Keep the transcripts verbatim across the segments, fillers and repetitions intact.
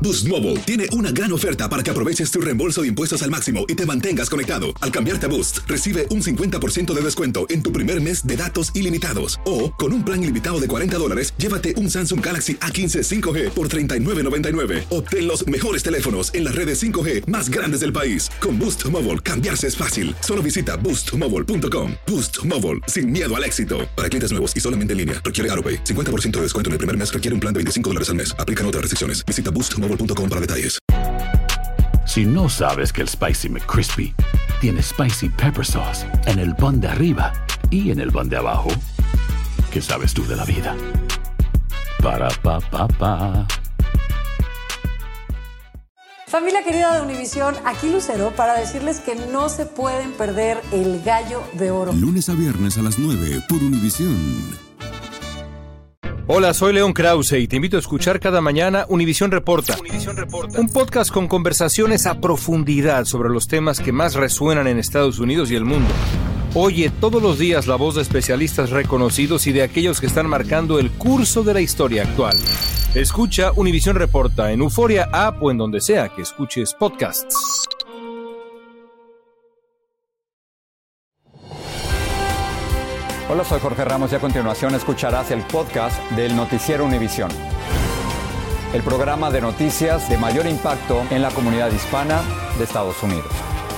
Boost Mobile tiene una gran oferta para que aproveches tu reembolso de impuestos al máximo y te mantengas conectado. Al cambiarte a Boost, recibe un cincuenta por ciento de descuento en tu primer mes de datos ilimitados. O, con un plan ilimitado de cuarenta dólares, llévate un Samsung Galaxy A quince cinco G por treinta y nueve noventa y nueve. Obtén los mejores teléfonos en las redes cinco G más grandes del país. Con Boost Mobile, cambiarse es fácil. Solo visita boost mobile punto com. Boost Mobile, sin miedo al éxito. Para clientes nuevos y solamente en línea, requiere AutoPay. cincuenta por ciento de descuento en el primer mes requiere un plan de veinticinco dólares al mes. Aplican otras restricciones. Visita boost mobile punto com para detalles. Si no sabes que el Spicy McCrispy tiene Spicy Pepper Sauce en el pan de arriba y en el pan de abajo, ¿qué sabes tú de la vida? Para, pa, pa, pa. Familia querida de Univisión, aquí Lucero para decirles que no se pueden perder el Gallo de Oro. Lunes a viernes a las nueve por Univisión. Hola, soy León Krause y te invito a escuchar cada mañana Univisión Reporta, Univisión Reporta, un podcast con conversaciones a profundidad sobre los temas que más resuenan en Estados Unidos y el mundo. Oye todos los días la voz de especialistas reconocidos y de aquellos que están marcando el curso de la historia actual. Escucha Univisión Reporta en Euforia App o en donde sea que escuches podcasts. Hola, soy Jorge Ramos y a continuación escucharás el podcast del Noticiero Univisión, el programa de noticias de mayor impacto en la comunidad hispana de Estados Unidos.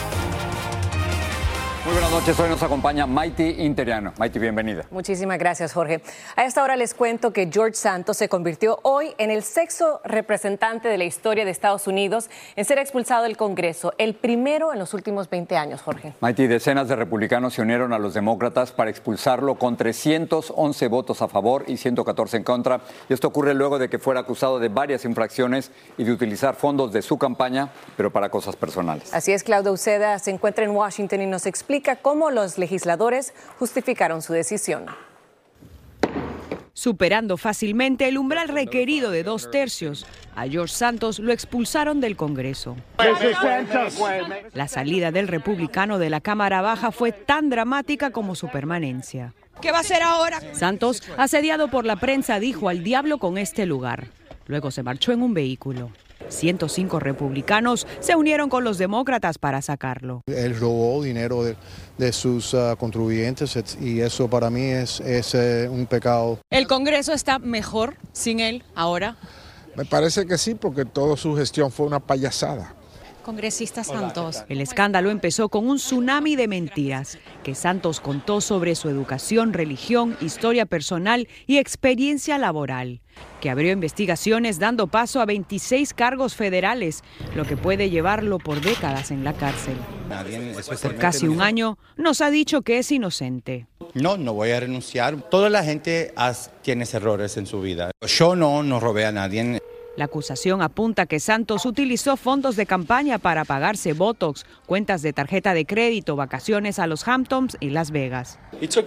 Muy buenas noches, hoy nos acompaña Maite Interiano. Maite, bienvenida. Muchísimas gracias, Jorge. A esta hora les cuento que George Santos se convirtió hoy en el sexto representante de la historia de Estados Unidos en ser expulsado del Congreso, el primero en los últimos veinte años, Jorge. Maite, decenas de republicanos se unieron a los demócratas para expulsarlo con trescientos once votos a favor y ciento catorce en contra. Y esto ocurre luego de que fuera acusado de varias infracciones y de utilizar fondos de su campaña, pero para cosas personales. Así es, Claudia Uceda se encuentra en Washington y nos explica cómo los legisladores justificaron su decisión. Superando fácilmente el umbral requerido de dos tercios, a George Santos lo expulsaron del Congreso. La salida del republicano de la Cámara Baja fue tan dramática como su permanencia. ¿Qué va a hacer ahora? Santos, asediado por la prensa, dijo al diablo con este lugar. Luego se marchó en un vehículo. ciento cinco republicanos se unieron con los demócratas para sacarlo. Él robó dinero de, de sus uh, contribuyentes y eso para mí es, es uh, un pecado. ¿El Congreso está mejor sin él ahora? Me parece que sí, porque toda su gestión fue una payasada. Congresista Santos. El escándalo empezó con un tsunami de mentiras que Santos contó sobre su educación, religión, historia personal y experiencia laboral, que abrió investigaciones dando paso a veintiséis cargos federales, lo que puede llevarlo por décadas en la cárcel. Por casi un año nos ha dicho que es inocente. No, no voy a renunciar. Toda la gente has, tiene errores en su vida. Yo no, no robé a nadie. La acusación apunta que Santos utilizó fondos de campaña para pagarse Botox, cuentas de tarjeta de crédito, vacaciones a los Hamptons y Las Vegas.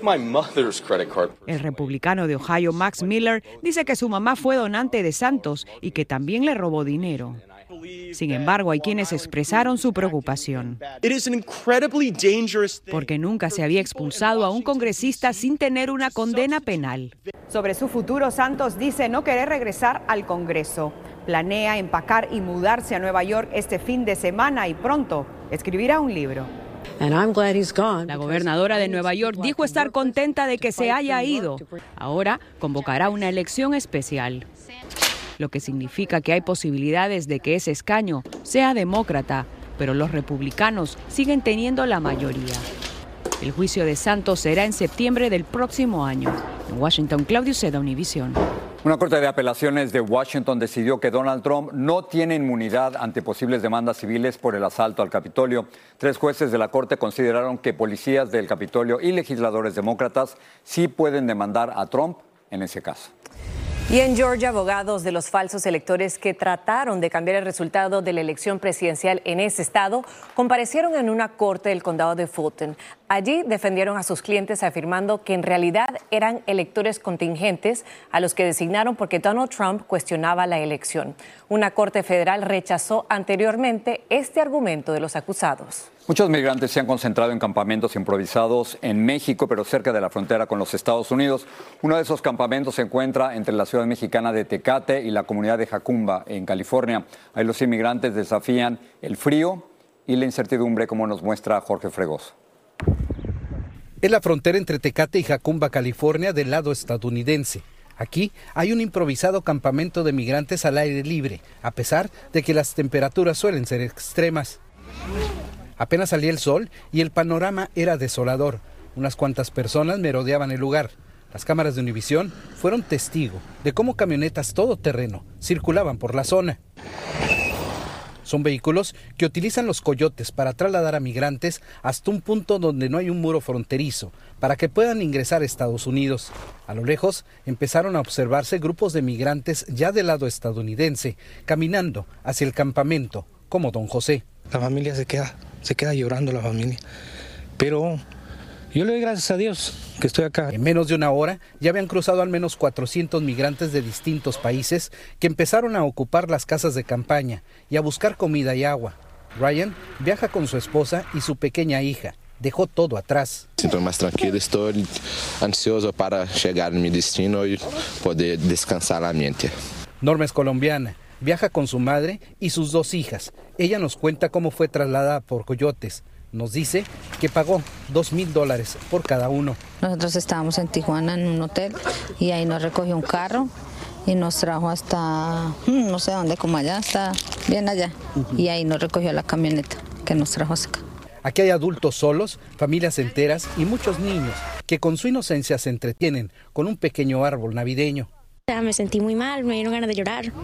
El republicano de Ohio, Max Miller, dice que su mamá fue donante de Santos y que también le robó dinero. Sin embargo, hay quienes expresaron su preocupación. Porque nunca se había expulsado a un congresista sin tener una condena penal. Sobre su futuro, Santos dice no querer regresar al Congreso. Planea empacar y mudarse a Nueva York este fin de semana y pronto escribirá un libro. La gobernadora de Nueva York dijo estar contenta de que se haya ido. Ahora convocará una elección especial, lo que significa que hay posibilidades de que ese escaño sea demócrata, pero los republicanos siguen teniendo la mayoría. El juicio de Santos será en septiembre del próximo año. En Washington, Claudia Uceda, Univisión. Una corte de apelaciones de Washington decidió que Donald Trump no tiene inmunidad ante posibles demandas civiles por el asalto al Capitolio. Tres jueces de la corte consideraron que policías del Capitolio y legisladores demócratas sí pueden demandar a Trump en ese caso. Y en Georgia, abogados de los falsos electores que trataron de cambiar el resultado de la elección presidencial en ese estado comparecieron en una corte del condado de Fulton. Allí defendieron a sus clientes afirmando que en realidad eran electores contingentes a los que designaron porque Donald Trump cuestionaba la elección. Una corte federal rechazó anteriormente este argumento de los acusados. Muchos migrantes se han concentrado en campamentos improvisados en México, pero cerca de la frontera con los Estados Unidos. Uno de esos campamentos se encuentra entre la ciudad mexicana de Tecate y la comunidad de Jacumba, en California. Ahí los inmigrantes desafían el frío y la incertidumbre, como nos muestra Jorge Fregoso. Es la frontera entre Tecate y Jacumba, California, del lado estadounidense. Aquí hay un improvisado campamento de migrantes al aire libre, a pesar de que las temperaturas suelen ser extremas. Apenas salía el sol y el panorama era desolador. Unas cuantas personas merodeaban el lugar. Las cámaras de Univisión fueron testigo de cómo camionetas todoterreno circulaban por la zona. Son vehículos que utilizan los coyotes para trasladar a migrantes hasta un punto donde no hay un muro fronterizo, para que puedan ingresar a Estados Unidos. A lo lejos empezaron a observarse grupos de migrantes ya del lado estadounidense, caminando hacia el campamento, como don José. La familia se queda, se queda llorando la familia, pero yo le doy gracias a Dios que estoy acá. En menos de una hora ya habían cruzado al menos cuatrocientos migrantes de distintos países que empezaron a ocupar las casas de campaña y a buscar comida y agua. Ryan viaja con su esposa y su pequeña hija. Dejó todo atrás. Estoy más tranquilo, estoy ansioso para llegar a mi destino y poder descansar la mente. Norma es colombiana. Viaja con su madre y sus dos hijas. Ella nos cuenta cómo fue trasladada por coyotes. Nos dice que pagó dos mil dólares por cada uno. Nosotros estábamos en Tijuana en un hotel y ahí nos recogió un carro y nos trajo hasta, no sé dónde, como allá, hasta bien allá. Uh-huh. Y ahí nos recogió la camioneta que nos trajo hasta acá. Aquí hay adultos solos, familias enteras y muchos niños que con su inocencia se entretienen con un pequeño árbol navideño. Me sentí muy mal, me dieron ganas de llorar.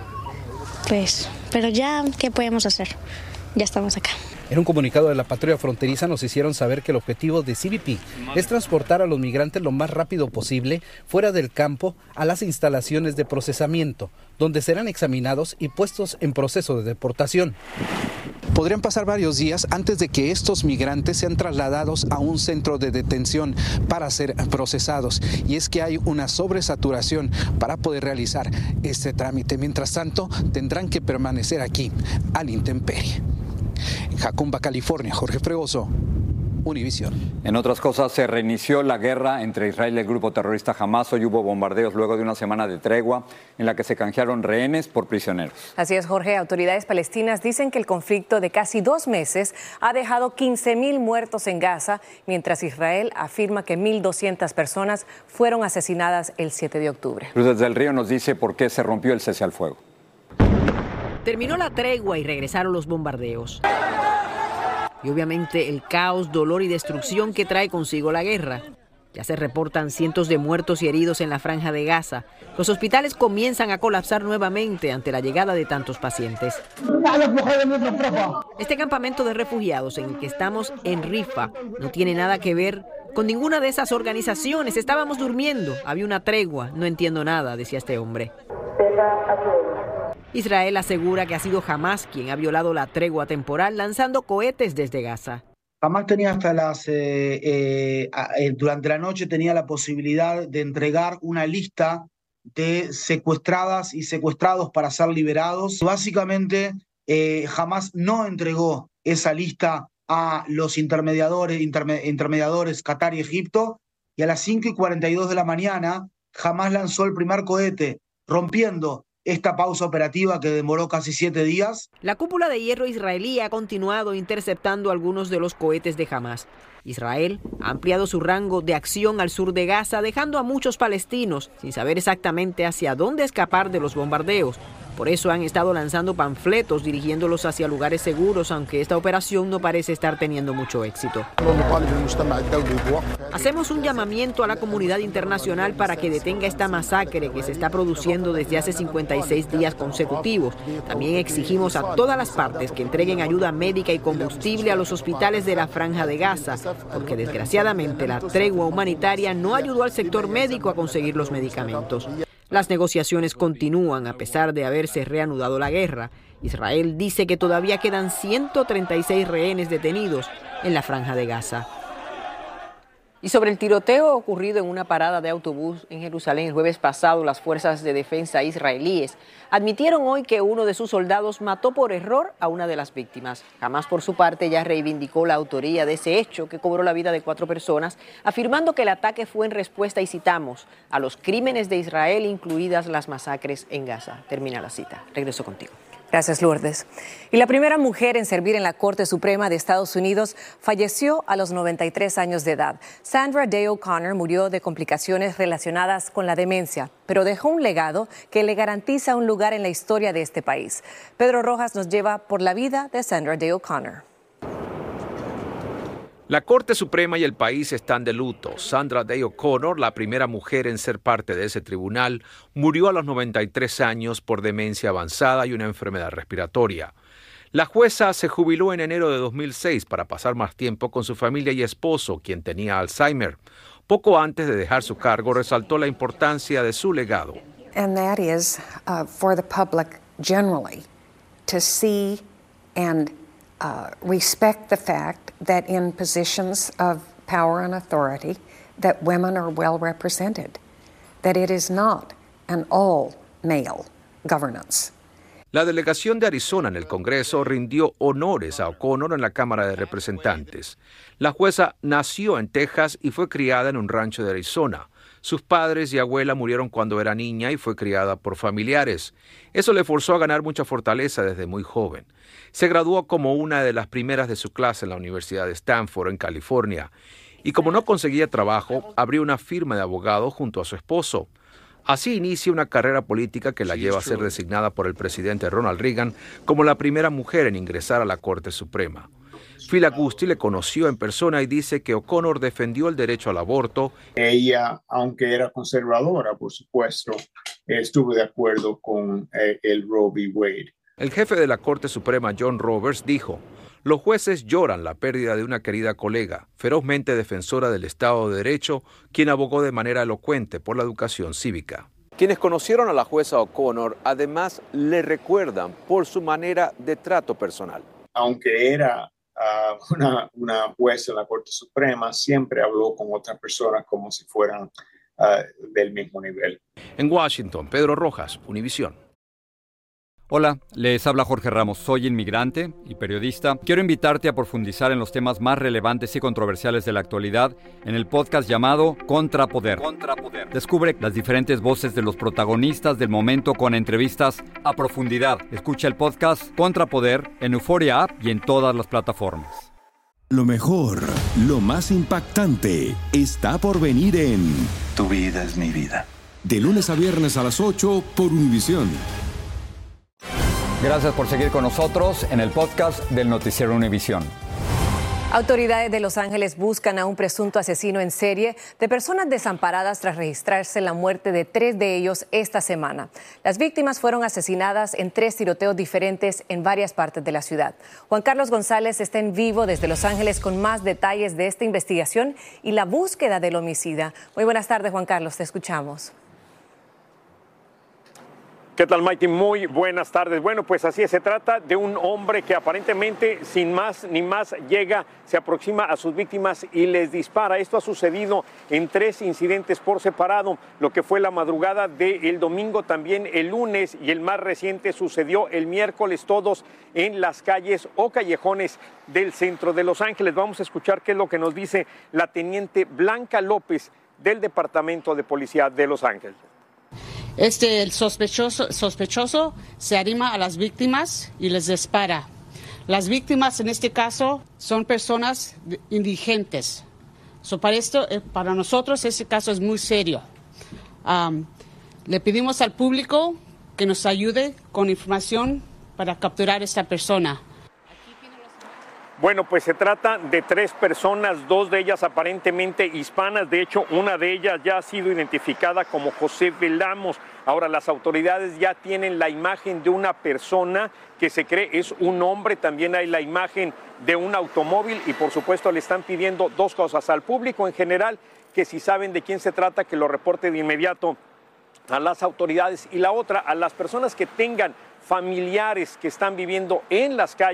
Pues, pero ya, ¿qué podemos hacer? Ya estamos acá. En un comunicado de la patrulla fronteriza nos hicieron saber que el objetivo de C B P es transportar a los migrantes lo más rápido posible fuera del campo a las instalaciones de procesamiento, donde serán examinados y puestos en proceso de deportación. Podrían pasar varios días antes de que estos migrantes sean trasladados a un centro de detención para ser procesados. Y es que hay una sobresaturación para poder realizar este trámite. Mientras tanto, tendrán que permanecer aquí, a la intemperie. En Jacumba, California, Jorge Fregoso, Univisión. En otras cosas, se reinició la guerra entre Israel y el grupo terrorista Hamás. Hoy hubo bombardeos luego de una semana de tregua en la que se canjearon rehenes por prisioneros. Así es, Jorge. Autoridades palestinas dicen que el conflicto de casi dos meses ha dejado quince mil muertos en Gaza, mientras Israel afirma que mil doscientas personas fueron asesinadas el siete de octubre. Luz del Río nos dice por qué se rompió el cese al fuego. Terminó la tregua y regresaron los bombardeos. Y obviamente el caos, dolor y destrucción que trae consigo la guerra. Ya se reportan cientos de muertos y heridos en la franja de Gaza. Los hospitales comienzan a colapsar nuevamente ante la llegada de tantos pacientes. Este campamento de refugiados en el que estamos en Rifa no tiene nada que ver con ninguna de esas organizaciones. Estábamos durmiendo, había una tregua, no entiendo nada, decía este hombre. Israel asegura que ha sido Hamás quien ha violado la tregua temporal lanzando cohetes desde Gaza. Hamás tenía hasta las, eh, eh, eh, durante la noche tenía la posibilidad de entregar una lista de secuestradas y secuestrados para ser liberados. Básicamente, eh, Hamás no entregó esa lista a los intermediadores, interme, intermediadores Qatar y Egipto, y a las cinco y cuarenta y dos de la mañana, Hamás lanzó el primer cohete, rompiendo esta pausa operativa que demoró casi siete días. La cúpula de hierro israelí ha continuado interceptando algunos de los cohetes de Hamás. Israel ha ampliado su rango de acción al sur de Gaza, dejando a muchos palestinos sin saber exactamente hacia dónde escapar de los bombardeos. Por eso han estado lanzando panfletos dirigiéndolos hacia lugares seguros, aunque esta operación no parece estar teniendo mucho éxito. Hacemos un llamamiento a la comunidad internacional para que detenga esta masacre que se está produciendo desde hace cincuenta y seis días consecutivos. También exigimos a todas las partes que entreguen ayuda médica y combustible a los hospitales de la Franja de Gaza, porque desgraciadamente la tregua humanitaria no ayudó al sector médico a conseguir los medicamentos. Las negociaciones continúan a pesar de haberse reanudado la guerra. Israel dice que todavía quedan ciento treinta y seis rehenes detenidos en la Franja de Gaza. Y sobre el tiroteo ocurrido en una parada de autobús en Jerusalén el jueves pasado, las fuerzas de defensa israelíes admitieron hoy que uno de sus soldados mató por error a una de las víctimas. Hamás, por su parte, ya reivindicó la autoría de ese hecho que cobró la vida de cuatro personas, afirmando que el ataque fue en respuesta, y citamos, a los crímenes de Israel, incluidas las masacres en Gaza. Termina la cita. Regreso contigo. Gracias, Lourdes. Y la primera mujer en servir en la Corte Suprema de Estados Unidos falleció a los noventa y tres años de edad. Sandra Day O'Connor murió de complicaciones relacionadas con la demencia, pero dejó un legado que le garantiza un lugar en la historia de este país. Pedro Rojas nos lleva por la vida de Sandra Day O'Connor. La Corte Suprema y el país están de luto. Sandra Day O'Connor, la primera mujer en ser parte de ese tribunal, murió a los noventa y tres años por demencia avanzada y una enfermedad respiratoria. La jueza se jubiló en enero de dos mil seis para pasar más tiempo con su familia y esposo, quien tenía Alzheimer. Poco antes de dejar su cargo, resaltó la importancia de su legado. And that is uh, for the public generally to see and uh, respect the fact that in positions of power and authority that women are well represented, that it is not an all-male governance. La delegación de Arizona en el Congreso rindió honores a O'Connor en la Cámara de Representantes. La jueza nació en Texas y fue criada en un rancho de Arizona. Sus padres y abuela murieron cuando era niña y fue criada por familiares. Eso le forzó a ganar mucha fortaleza desde muy joven. Se graduó como una de las primeras de su clase en la Universidad de Stanford, en California. Y como no conseguía trabajo, abrió una firma de abogados junto a su esposo. Así inicia una carrera política que la lleva a ser designada por el presidente Ronald Reagan como la primera mujer en ingresar a la Corte Suprema. Phil Agusti le conoció en persona y dice que O'Connor defendió el derecho al aborto. Ella, aunque era conservadora, por supuesto, estuvo de acuerdo con eh, el Roe v. Wade. El jefe de la Corte Suprema, John Roberts, dijo: los jueces lloran la pérdida de una querida colega, ferozmente defensora del Estado de Derecho, quien abogó de manera elocuente por la educación cívica. Quienes conocieron a la jueza O'Connor además le recuerdan por su manera de trato personal. Aunque era uh, una, una jueza en la Corte Suprema, siempre habló con otras personas como si fueran uh, del mismo nivel. En Washington, Pedro Rojas, Univisión. Hola, les habla Jorge Ramos. Soy inmigrante y periodista. Quiero invitarte a profundizar en los temas más relevantes y controversiales de la actualidad en el podcast llamado Contrapoder. Contrapoder. Descubre las diferentes voces de los protagonistas del momento con entrevistas a profundidad. Escucha el podcast Contrapoder en Euphoria App y en todas las plataformas. Lo mejor, lo más impactante, está por venir en Tu vida es mi vida. De lunes a viernes a las ocho por Univisión. Gracias por seguir con nosotros en el podcast del Noticiero Univisión. Autoridades de Los Ángeles buscan a un presunto asesino en serie de personas desamparadas tras registrarse la muerte de tres de ellos esta semana. Las víctimas fueron asesinadas en tres tiroteos diferentes en varias partes de la ciudad. Juan Carlos González está en vivo desde Los Ángeles con más detalles de esta investigación y la búsqueda del homicida. Muy buenas tardes, Juan Carlos, te escuchamos. ¿Qué tal, Mikey? Muy buenas tardes. Bueno, pues así es, se trata de un hombre que aparentemente sin más ni más llega, se aproxima a sus víctimas y les dispara. Esto ha sucedido en tres incidentes por separado, lo que fue la madrugada del domingo, también el lunes, y el más reciente sucedió el miércoles, todos en las calles o callejones del centro de Los Ángeles. Vamos a escuchar qué es lo que nos dice la teniente Blanca López del Departamento de Policía de Los Ángeles. Este, el sospechoso, sospechoso se arrima a las víctimas y les dispara. Las víctimas en este caso son personas indigentes. So, para, esto, para nosotros este caso es muy serio. Um, le pedimos al público que nos ayude con información para capturar a esta persona. Bueno, pues se trata de tres personas, dos de ellas aparentemente hispanas. De hecho, una de ellas ya ha sido identificada como José Velamos. Ahora, las autoridades ya tienen la imagen de una persona que se cree es un hombre. También hay la imagen de un automóvil y, por supuesto, le están pidiendo dos cosas al público en general, que si saben de quién se trata, que lo reporte de inmediato a las autoridades, y la otra, a las personas que tengan familiares que están viviendo en las calles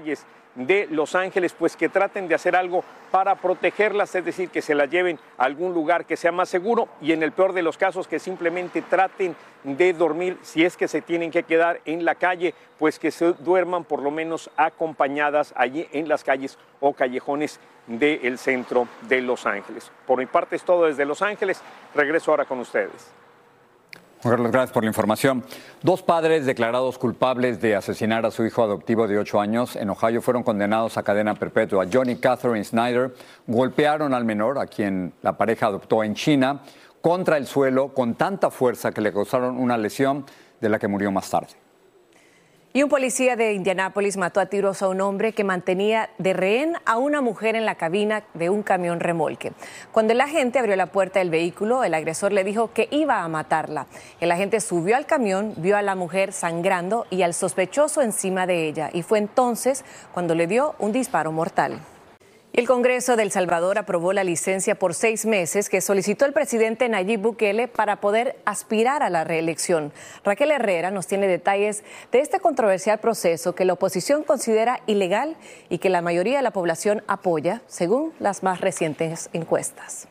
de Los Ángeles, pues que traten de hacer algo para protegerlas, es decir, que se las lleven a algún lugar que sea más seguro y en el peor de los casos que simplemente traten de dormir, si es que se tienen que quedar en la calle, pues que se duerman por lo menos acompañadas allí en las calles o callejones del centro de Los Ángeles. Por mi parte es todo desde Los Ángeles, regreso ahora con ustedes. Juan Carlos, gracias por la información. Dos padres declarados culpables de asesinar a su hijo adoptivo de ocho años en Ohio fueron condenados a cadena perpetua. John y Catherine Snyder golpearon al menor, a quien la pareja adoptó en China, contra el suelo con tanta fuerza que le causaron una lesión de la que murió más tarde. Y un policía de Indianápolis mató a tiros a un hombre que mantenía de rehén a una mujer en la cabina de un camión remolque. Cuando el agente abrió la puerta del vehículo, el agresor le dijo que iba a matarla. El agente subió al camión, vio a la mujer sangrando y al sospechoso encima de ella. Y fue entonces cuando le dio un disparo mortal. El Congreso de El Salvador aprobó la licencia por seis meses que solicitó el presidente Nayib Bukele para poder aspirar a la reelección. Raquel Herrera nos tiene detalles de este controversial proceso que la oposición considera ilegal y que la mayoría de la población apoya, según las más recientes encuestas.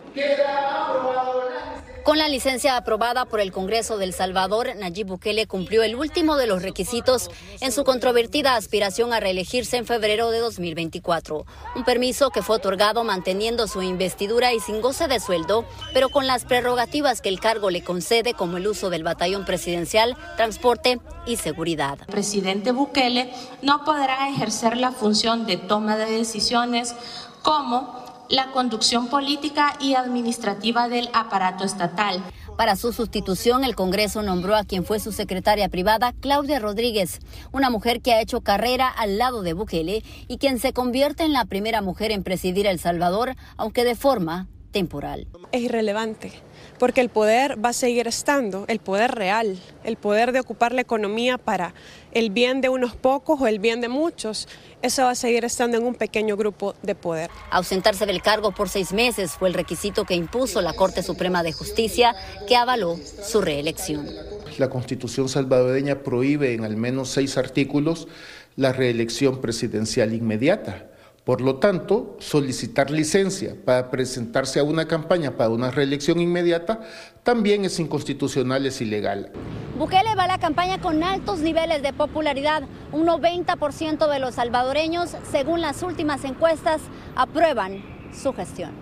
Con la licencia aprobada por el Congreso de El Salvador, Nayib Bukele cumplió el último de los requisitos en su controvertida aspiración a reelegirse en febrero de dos mil veinticuatro. Un permiso que fue otorgado manteniendo su investidura y sin goce de sueldo, pero con las prerrogativas que el cargo le concede, como el uso del batallón presidencial, transporte y seguridad. El presidente Bukele no podrá ejercer la función de toma de decisiones como la conducción política y administrativa del aparato estatal. Para su sustitución, el Congreso nombró a quien fue su secretaria privada, Claudia Rodríguez, una mujer que ha hecho carrera al lado de Bukele y quien se convierte en la primera mujer en presidir El Salvador, aunque de forma temporal. Es irrelevante, porque el poder va a seguir estando, el poder real, el poder de ocupar la economía para el bien de unos pocos o el bien de muchos, eso va a seguir estando en un pequeño grupo de poder. Ausentarse del cargo por seis meses fue el requisito que impuso la Corte Suprema de Justicia, que avaló su reelección. La Constitución salvadoreña prohíbe en al menos seis artículos la reelección presidencial inmediata. Por lo tanto, solicitar licencia para presentarse a una campaña para una reelección inmediata también es inconstitucional, es ilegal. Bukele va a la campaña con altos niveles de popularidad. Un noventa por ciento de los salvadoreños, según las últimas encuestas, aprueban su gestión.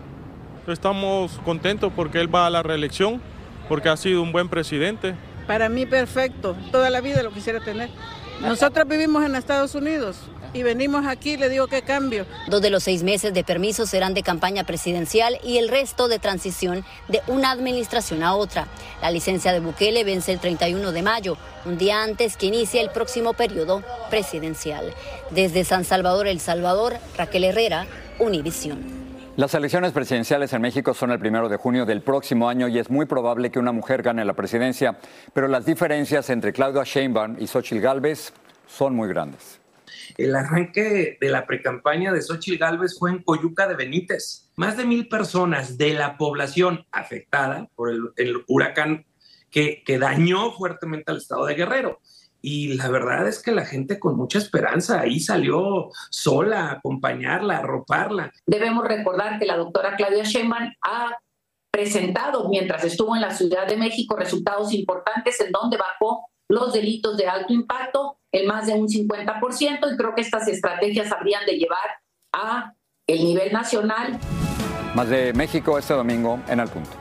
Estamos contentos porque él va a la reelección, porque ha sido un buen presidente. Para mí perfecto, toda la vida lo quisiera tener. Nosotros vivimos en Estados Unidos y venimos aquí, le digo que cambio. Dos de los seis meses de permiso serán de campaña presidencial y el resto de transición de una administración a otra. La licencia de Bukele vence el treinta y uno de mayo, un día antes que inicie el próximo periodo presidencial. Desde San Salvador, El Salvador, Raquel Herrera, Univisión. Las elecciones presidenciales en México son el primero de junio del próximo año y es muy probable que una mujer gane la presidencia, pero las diferencias entre Claudia Sheinbaum y Xóchitl Gálvez son muy grandes. El arranque de la precampaña de Xóchitl Gálvez fue en Coyuca de Benítez. Más de mil personas de la población afectada por el, el huracán que, que dañó fuertemente al estado de Guerrero. Y la verdad es que la gente con mucha esperanza ahí salió sola a acompañarla, a arroparla. Debemos recordar que la doctora Claudia Sheinbaum ha presentado, mientras estuvo en la Ciudad de México, resultados importantes en donde bajó los delitos de alto impacto en más de un cincuenta por ciento, y creo que estas estrategias habrían de llevar a el nivel nacional. Más de México este domingo en Al Punto.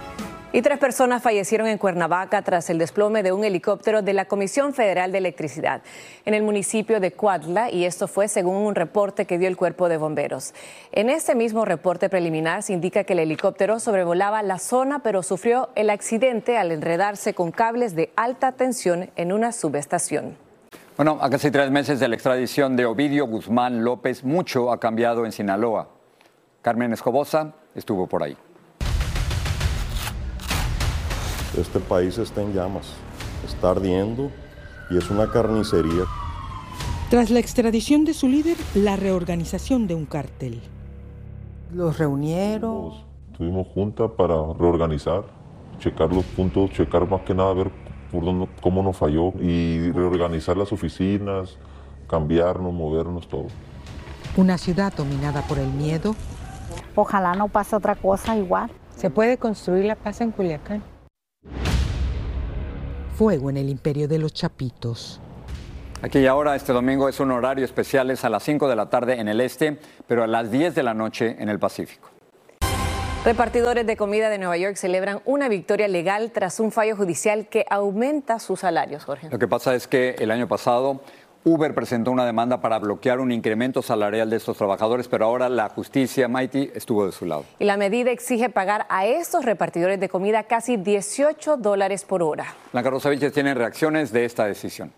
Y tres personas fallecieron en Cuernavaca tras el desplome de un helicóptero de la Comisión Federal de Electricidad en el municipio de Cuautla, y esto fue según un reporte que dio el Cuerpo de Bomberos. En este mismo reporte preliminar se indica que el helicóptero sobrevolaba la zona, pero sufrió el accidente al enredarse con cables de alta tensión en una subestación. Bueno, a casi tres meses de la extradición de Ovidio Guzmán López, mucho ha cambiado en Sinaloa. Carmen Escobosa estuvo por ahí. Este país está en llamas, está ardiendo y es una carnicería. Tras la extradición de su líder, la reorganización de un cártel. Los reunieron. Tuvimos junta para reorganizar, checar los puntos, checar más que nada, ver por dónde, cómo nos falló y reorganizar las oficinas, cambiarnos, movernos, todo. Una ciudad dominada por el miedo. Ojalá no pase otra cosa igual. ¿Se puede construir la paz en Culiacán? Fuego en el imperio de los Chapitos. Aquí y ahora, este domingo es un horario especial, es a las cinco de la tarde en el este, pero a las diez de la noche en el Pacífico. Repartidores de comida de Nueva York celebran una victoria legal tras un fallo judicial que aumenta sus salarios, Jorge. Lo que pasa es que el año pasado Uber presentó una demanda para bloquear un incremento salarial de estos trabajadores, pero ahora la justicia, Mighty, estuvo de su lado. Y la medida exige pagar a estos repartidores de comida casi dieciocho dólares por hora. Blanca Rosa Vilches tiene reacciones de esta decisión.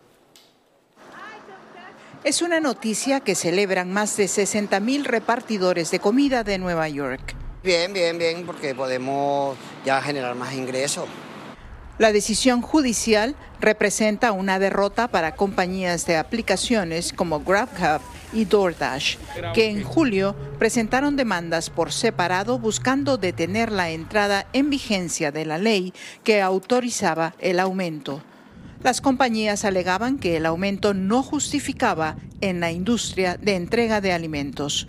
Es una noticia que celebran más de sesenta mil repartidores de comida de Nueva York. Bien, bien, bien, porque podemos ya generar más ingresos. La decisión judicial representa una derrota para compañías de aplicaciones como GrabHub y DoorDash, que en julio presentaron demandas por separado buscando detener la entrada en vigencia de la ley que autorizaba el aumento. Las compañías alegaban que el aumento no justificaba en la industria de entrega de alimentos.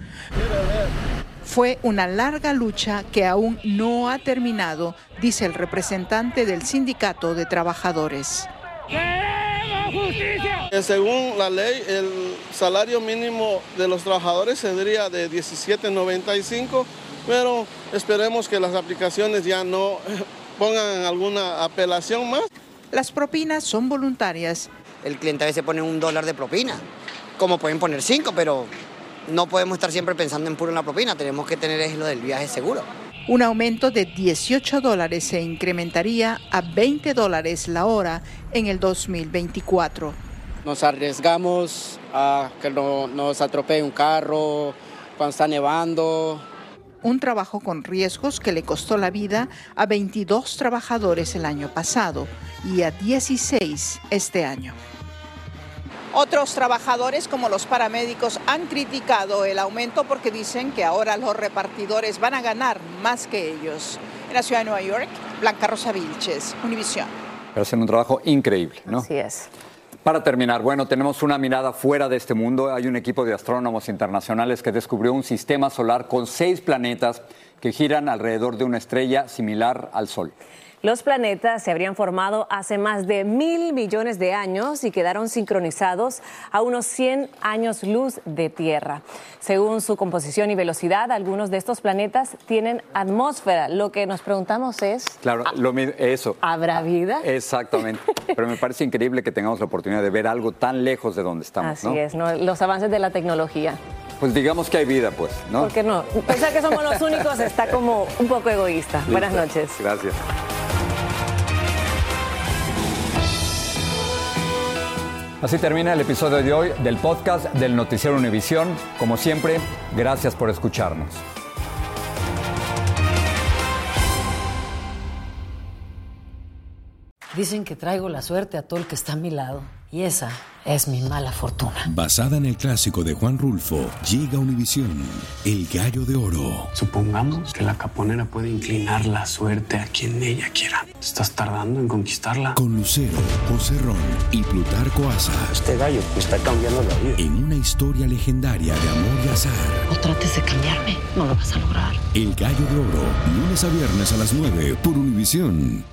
Fue una larga lucha que aún no ha terminado, dice el representante del sindicato de trabajadores. ¡Queremos justicia! Según la ley, el salario mínimo de los trabajadores sería de diecisiete noventa y cinco, pero esperemos que las aplicaciones ya no pongan alguna apelación más. Las propinas son voluntarias. El cliente a veces pone un dólar de propina, como pueden poner cinco, pero no podemos estar siempre pensando en puro en la propina, tenemos que tener lo del viaje seguro. Un aumento de dieciocho dólares se incrementaría a veinte dólares la hora en el dos mil veinticuatro. Nos arriesgamos a que no, nos atropelle un carro cuando está nevando. Un trabajo con riesgos que le costó la vida a veintidós trabajadores el año pasado y a dieciséis este año. Otros trabajadores, como los paramédicos, han criticado el aumento porque dicen que ahora los repartidores van a ganar más que ellos. En la ciudad de Nueva York, Blanca Rosa Vilches, Univisión. Hacen un trabajo increíble, ¿no? Así es. Para terminar, bueno, tenemos una mirada fuera de este mundo. Hay un equipo de astrónomos internacionales que descubrió un sistema solar con seis planetas que giran alrededor de una estrella similar al Sol. Los planetas se habrían formado hace más de mil millones de años y quedaron sincronizados a unos cien años luz de Tierra. Según su composición y velocidad, algunos de estos planetas tienen atmósfera. Lo que nos preguntamos es... Claro, lo, eso. ¿Habrá vida? Exactamente. Pero me parece increíble que tengamos la oportunidad de ver algo tan lejos de donde estamos, Así ¿no? es, ¿no? Los avances de la tecnología. Pues digamos que hay vida, pues, ¿no? ¿Por qué no? Pensar que somos los únicos está como un poco egoísta. Listo. Buenas noches. Gracias. Así termina el episodio de hoy del podcast del Noticiero Univisión. Como siempre, gracias por escucharnos. Dicen que traigo la suerte a todo el que está a mi lado. Y esa es mi mala fortuna. Basada en el clásico de Juan Rulfo, llega Univisión, El Gallo de Oro. Supongamos que la caponera puede inclinar la suerte a quien ella quiera. ¿Estás tardando en conquistarla? Con Lucero, José Ron y Plutarco Asa. Este gallo me está cambiando la vida. En una historia legendaria de amor y azar. No trates de cambiarme, no lo vas a lograr. El Gallo de Oro, lunes a viernes a las nueve por Univisión.